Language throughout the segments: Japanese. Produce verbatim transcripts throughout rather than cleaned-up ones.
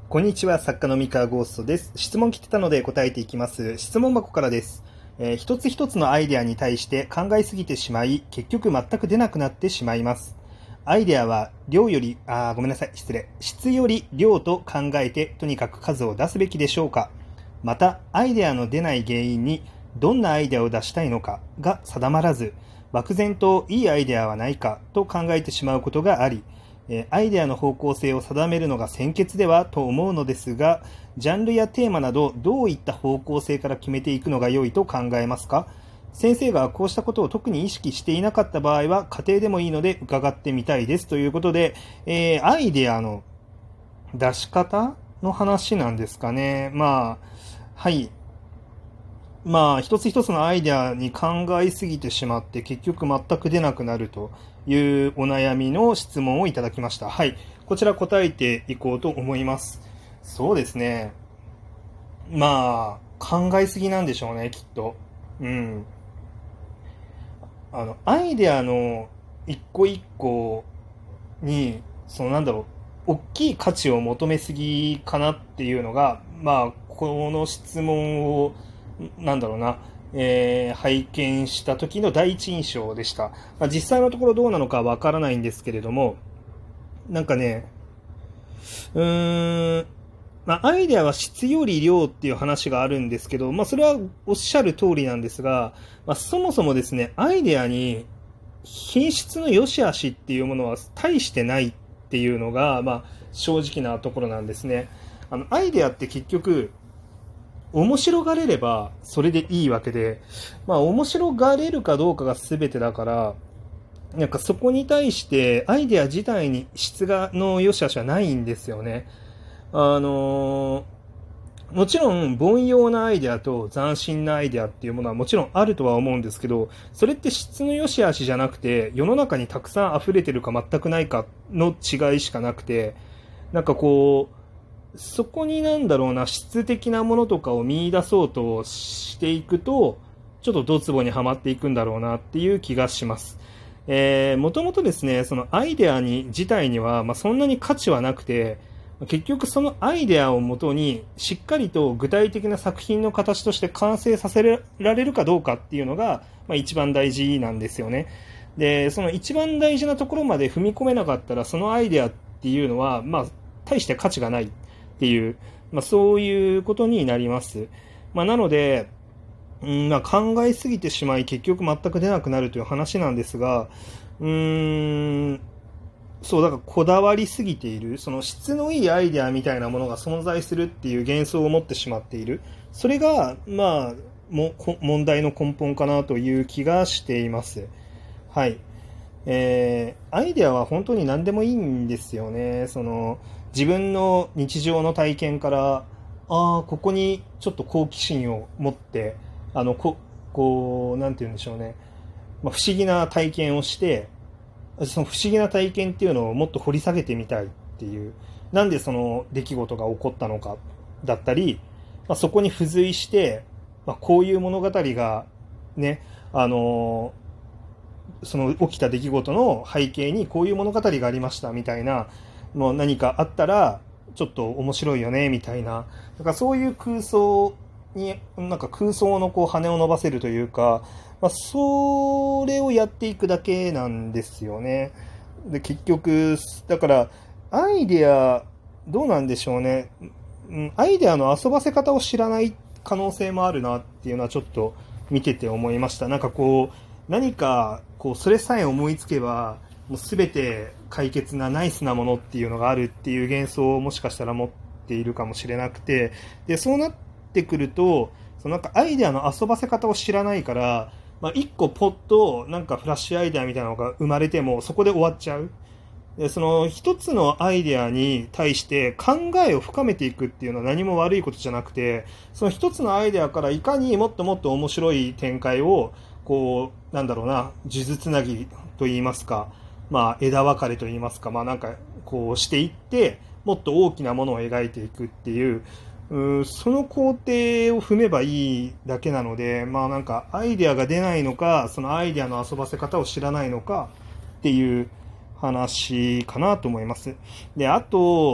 こんにちは、作家の三河ゴーストです。質問来てたので答えていきます。質問箱からです。えー一つ一つのアイデアに対して考えすぎてしまい、結局全く出なくなってしまいます。アイデアは量より、あー、ごめんなさい、失礼。質より量と考えて、とにかく数を出すべきでしょうか。また、アイデアの出ない原因に、どんなアイデアを出したいのかが定まらず、漠然といいアイデアはないかと考えてしまうことがあり、えーアイデアの方向性を定めるのが先決ではと思うのですが、ジャンルやテーマなどどういった方向性から決めていくのが良いと考えますか？先生がこうしたことを特に意識していなかった場合は家庭でもいいので伺ってみたいですということで、えーアイデアの出し方の話なんですかね。まあ、はい。まあ、一つ一つのアイデアに考えすぎてしまって結局全く出なくなるというお悩みの質問をいただきました。はい。こちら答えていこうと思います。そうですね。まあ、考えすぎなんでしょうね、きっと。うん。あの、アイデアの一個一個に、そのなんだろう、大きい価値を求めすぎかなっていうのが、まあ、この質問を、なんだろうな、えー拝見した時の第一印象でした。まあ、実際のところどうなのかわからないんですけれども、なんかね、うーん、まあ、アイデアは質より量っていう話があるんですけど、まあ、それはおっしゃる通りなんですが、まあ、そもそもですね、アイデアに品質の良し悪しっていうものは大してないっていうのが、まあ、正直なところなんですね。あの、アイデアって結局、面白がれればそれでいいわけで、まあ、面白がれるかどうかが全てだから、なんかそこに対してアイデア自体に質がの良し悪しはないんですよね。あのもちろん凡庸なアイデアと斬新なアイデアっていうものはもちろんあるとは思うんですけど、それって質の良し悪しじゃなくて世の中にたくさん溢れてるか全くないかの違いしかなくて、なんかこうそこになんだろうな、質的なものとかを見出そうとしていくとちょっとドツボにはまっていくんだろうなっていう気がします。えー、もともとですね、そのアイデアに自体には、まあ、そんなに価値はなくて、結局そのアイデアをもとにしっかりと具体的な作品の形として完成させられるかどうかっていうのが、まあ、一番大事なんですよね。で、その一番大事なところまで踏み込めなかったら、そのアイデアっていうのは、まあ、大して価値がないっていう、まあ、そういうことになります。まあ、なので、うんまあ、考えすぎてしまい結局全く出なくなるという話なんですが、うーんそうだからこだわりすぎている、その質のいいアイデアみたいなものが存在するっていう幻想を持ってしまっている、それがまあも問題の根本かなという気がしています。はい。えーアイデアは本当に何でもいいんですよね。その自分の日常の体験から、ああここにちょっと好奇心を持って、あのここうなんて言うんでしょうね、まあ、不思議な体験をして、その不思議な体験っていうのをもっと掘り下げてみたいっていう、なんでその出来事が起こったのかだったり、まあ、そこに付随して、まあ、こういう物語がね、あのその起きた出来事の背景にこういう物語がありましたみたいな、もう何かあったらちょっと面白いよねみたいな、だからそういう空想に、なんか空想のこう羽を伸ばせるというか、まあ、それをやっていくだけなんですよね。で結局だからアイデアどうなんでしょうね、うんアイデアの遊ばせ方を知らない可能性もあるなっていうのはちょっと見てて思いました。なんかこう何かこうそれさえ思いつけばもう全て解決なナイスなものっていうのがあるっていう幻想をもしかしたら持っているかもしれなくて、でそうなってくるとそのなんかアイデアの遊ばせ方を知らないから、まあ、一個ポッとなんかフラッシュアイデアみたいなのが生まれてもそこで終わっちゃう。でその一つのアイデアに対して考えを深めていくっていうのは何も悪いことじゃなくて、その一つのアイデアからいかにもっともっと面白い展開をこうなんだろうな、数珠つなぎといいますか、まあ、枝分かれといいますか、まあ、なんかこうしていってもっと大きなものを描いていくっていう、うその工程を踏めばいいだけなので、まあなんかアイデアが出ないのか、そのアイデアの遊ばせ方を知らないのかっていう話かなと思います。で、あと、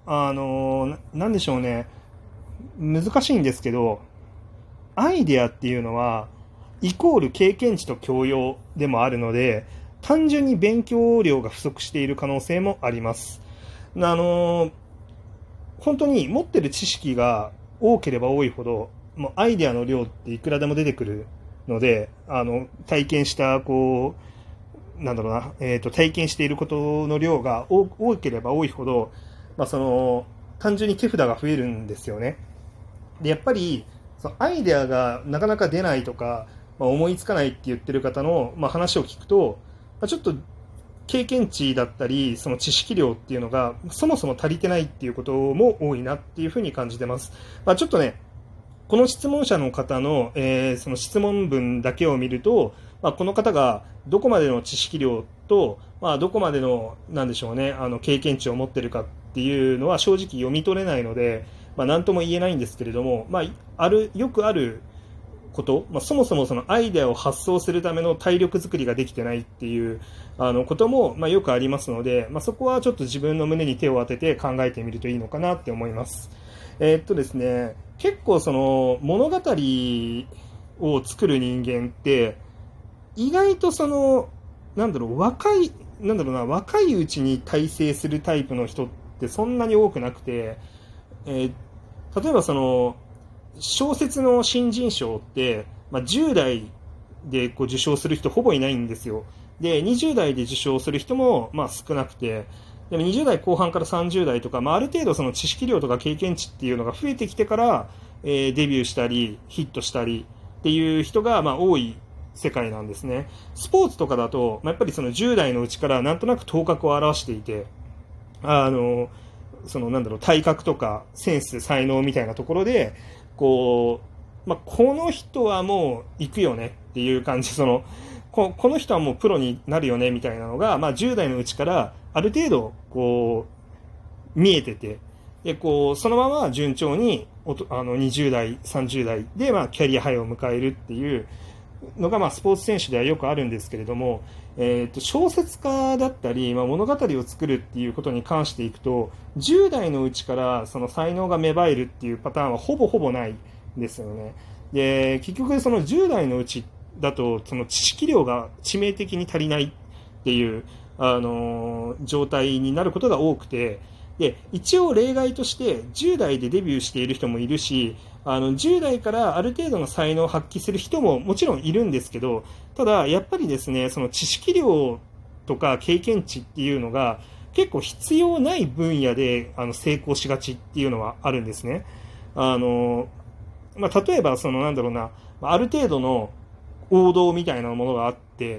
あのー、なんでしょうね、難しいんですけど、アイデアっていうのはイコール経験値と教養でもあるので、単純に勉強量が不足している可能性もあります。あのー、本当に持ってる知識が多ければ多いほど、もうアイデアの量っていくらでも出てくるので、あの体験したこうなんだろうな、えーと、体験していることの量が多多ければ多いほど、まあ、その単純に手札が増えるんですよね。でやっぱりそのアイデアがなかなか出ないとか、まあ、思いつかないって言ってる方の、まあ、話を聞くと、まあ、ちょっと経験値だったりその知識量っていうのがそもそも足りてないっていうことも多いなっていうふうに感じてます。まあ、ちょっとね、この質問者の方の、えー、その質問文だけを見ると、まあ、この方がどこまでの知識量と、まあ、どこまでのなんでしょうね、あの経験値を持っているかっていうのは正直読み取れないので、まあ、何とも言えないんですけれども、まあ、あるよくあること、まあ、そもそもそのアイデアを発想するための体力作りができてないっていうあのことも、まあ、よくありますので、まあ、そこはちょっと自分の胸に手を当てて考えてみるといいのかなって思います。えーっとですね、結構その物語を作る人間って意外とそのなんだろう若いなんだろうな若いうちに大成するタイプの人ってそんなに多くなくて、えー、例えばその小説の新人賞って、まあ、じゅう代でこう受賞する人ほぼいないんですよ。でにじゅう代で受賞する人もまあ少なくて、でもにじゅう代後半からさんじゅう代とか、まあ、ある程度その知識量とか経験値っていうのが増えてきてから、えー、デビューしたりヒットしたりっていう人がまあ多い世界なんですね。スポーツとかだと、まあ、やっぱりそのじゅう代のうちからなんとなく頭角を現していて、あのそのなんだろう体格とかセンス才能みたいなところでこう、まあ、この人はもう行くよねっていう感じ、そのここの人はもうプロになるよねみたいなのが、まあ、じゅう代のうちからある程度こう見えてて、でこうそのまま順調にあのにじゅう代さんじゅう代で、まあ、キャリアハイを迎えるっていうのが、まあ、スポーツ選手ではよくあるんですけれども、えー、と小説家だったり、まあ、物語を作るっていうことに関していくとじゅう代のうちからその才能が芽生えるっていうパターンはほぼほぼないんですよね。で結局そのじゅう代のうちだとその知識量が致命的に足りないっていう、あのー、状態になることが多くて、で一応例外としてじゅう代でデビューしている人もいるし、あのじゅう代からある程度の才能を発揮する人ももちろんいるんですけど、ただやっぱりですね、その知識量とか経験値っていうのが結構必要ない分野であの成功しがちっていうのはあるんですね。あの、まあ、例えばそのなんだろうな、ある程度の王道みたいなものがあって、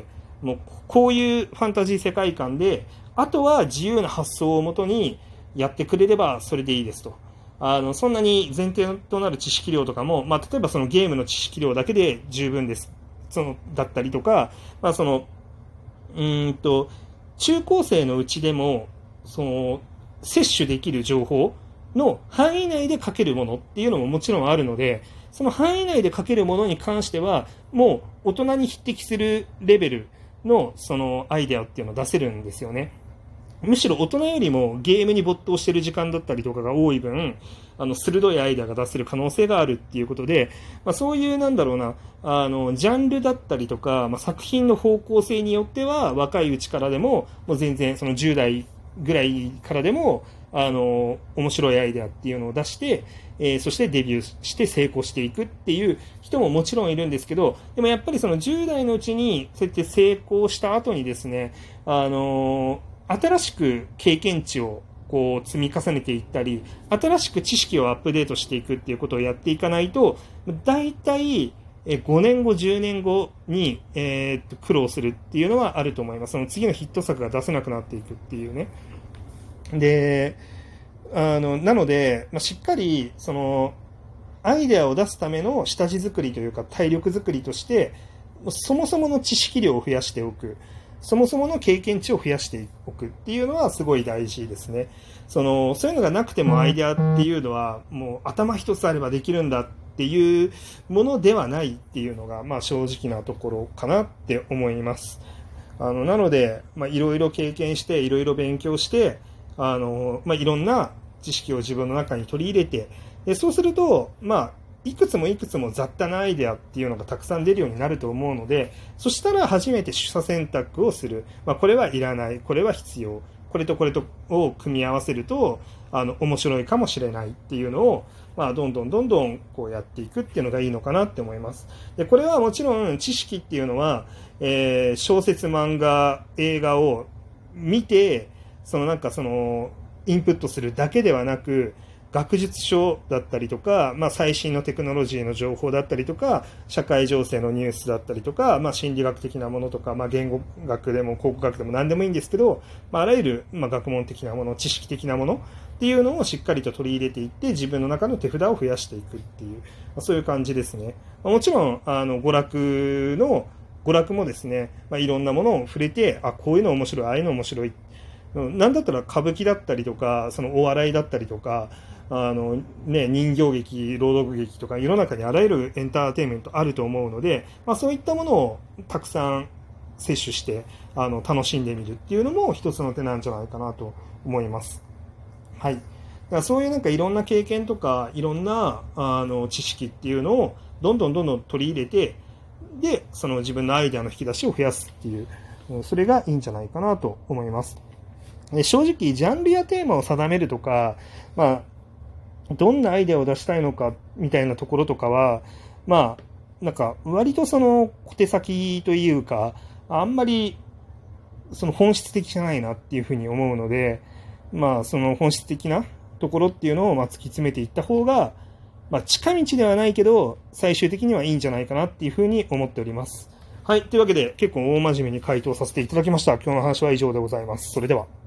もうこういうファンタジー世界観で、あとは自由な発想をもとにやってくれればそれでいいですと。あのそんなに前提となる知識量とかも、まあ、例えばそのゲームの知識量だけで十分ですそのだったりとか、まあ、そのうーんと中高生のうちでもその摂取できる情報の範囲内で書けるものっていうのももちろんあるので、その範囲内で書けるものに関してはもう大人に匹敵するレベルのそのアイデアっていうのを出せるんですよね。むしろ大人よりもゲームに没頭している時間だったりとかが多い分、あの鋭いアイデアが出せる可能性があるっていうことで、まあ、そういうなんだろうな、あのジャンルだったりとか、まあ、作品の方向性によっては若いうちからでももう全然そのじゅう代ぐらいからでもあの面白いアイデアっていうのを出して、えー、そしてデビューして成功していくっていう人ももちろんいるんですけど、でもやっぱりそのじゅう代のうちにそうやって成功した後にですね、あの新しく経験値をこう積み重ねていったり、新しく知識をアップデートしていくっていうことをやっていかないと、だいたいごねんご、じゅうねんごに、えー、っと苦労するっていうのはあると思います。その次のヒット作が出せなくなっていくっていうね。で、あのなので、まあ、しっかりそのアイデアを出すための下地作りというか体力作りとして、そもそもの知識量を増やしておく。そもそもの経験値を増やしておくっていうのはすごい大事ですね。そのそういうのがなくてもアイデアっていうのはもう頭一つあればできるんだっていうものではないっていうのが、まあ、正直なところかなって思います。あのなので、まあ、いろいろ経験していろいろ勉強して、あの、まあ、いろんな知識を自分の中に取り入れて、でそうすると、まあ、いくつもいくつも雑多なアイデアっていうのがたくさん出るようになると思うので、そしたら初めて取捨選択をする。まあ、これはいらない、これは必要、これとこれとを組み合わせると、あの、面白いかもしれないっていうのを、まあ、どんどんどんどんこうやっていくっていうのがいいのかなって思います。で、これはもちろん知識っていうのは、えー、小説、漫画、映画を見て、そのなんかその、インプットするだけではなく、学術書だったりとか、まあ、最新のテクノロジーの情報だったりとか、社会情勢のニュースだったりとか、まあ、心理学的なものとか、まあ、言語学でも考古学でも何でもいいんですけど、まあ、あらゆる、まあ、学問的なもの、知識的なものっていうのをしっかりと取り入れていって、自分の中の手札を増やしていくっていう、まあ、そういう感じですね。まあ、もちろん、あの、娯楽の、娯楽もですね、まあ、いろんなものを触れて、あ、こういうの面白い、ああいうの面白い。なんだったら歌舞伎だったりとか、そのお笑いだったりとか、あのね、人形劇、朗読劇とか世の中にあらゆるエンターテインメントあると思うので、まあ、そういったものをたくさん摂取してあの楽しんでみるっていうのも一つの手なんじゃないかなと思います。はい。だからそういうなんかいろんな経験とかいろんなあの知識っていうのをどんどんどんどん取り入れて、でその自分のアイデアの引き出しを増やすっていう、それがいいんじゃないかなと思います。正直ジャンルやテーマを定めるとか、まあ、どんなアイデアを出したいのかみたいなところとかは、まあ、なんか割とその小手先というか、あんまりその本質的じゃないなっていうふうに思うので、まあその本質的なところっていうのをまあ突き詰めていった方が、まあ近道ではないけど最終的にはいいんじゃないかなっていうふうに思っております。はい。というわけで結構大真面目に回答させていただきました。今日の話は以上でございます。それでは。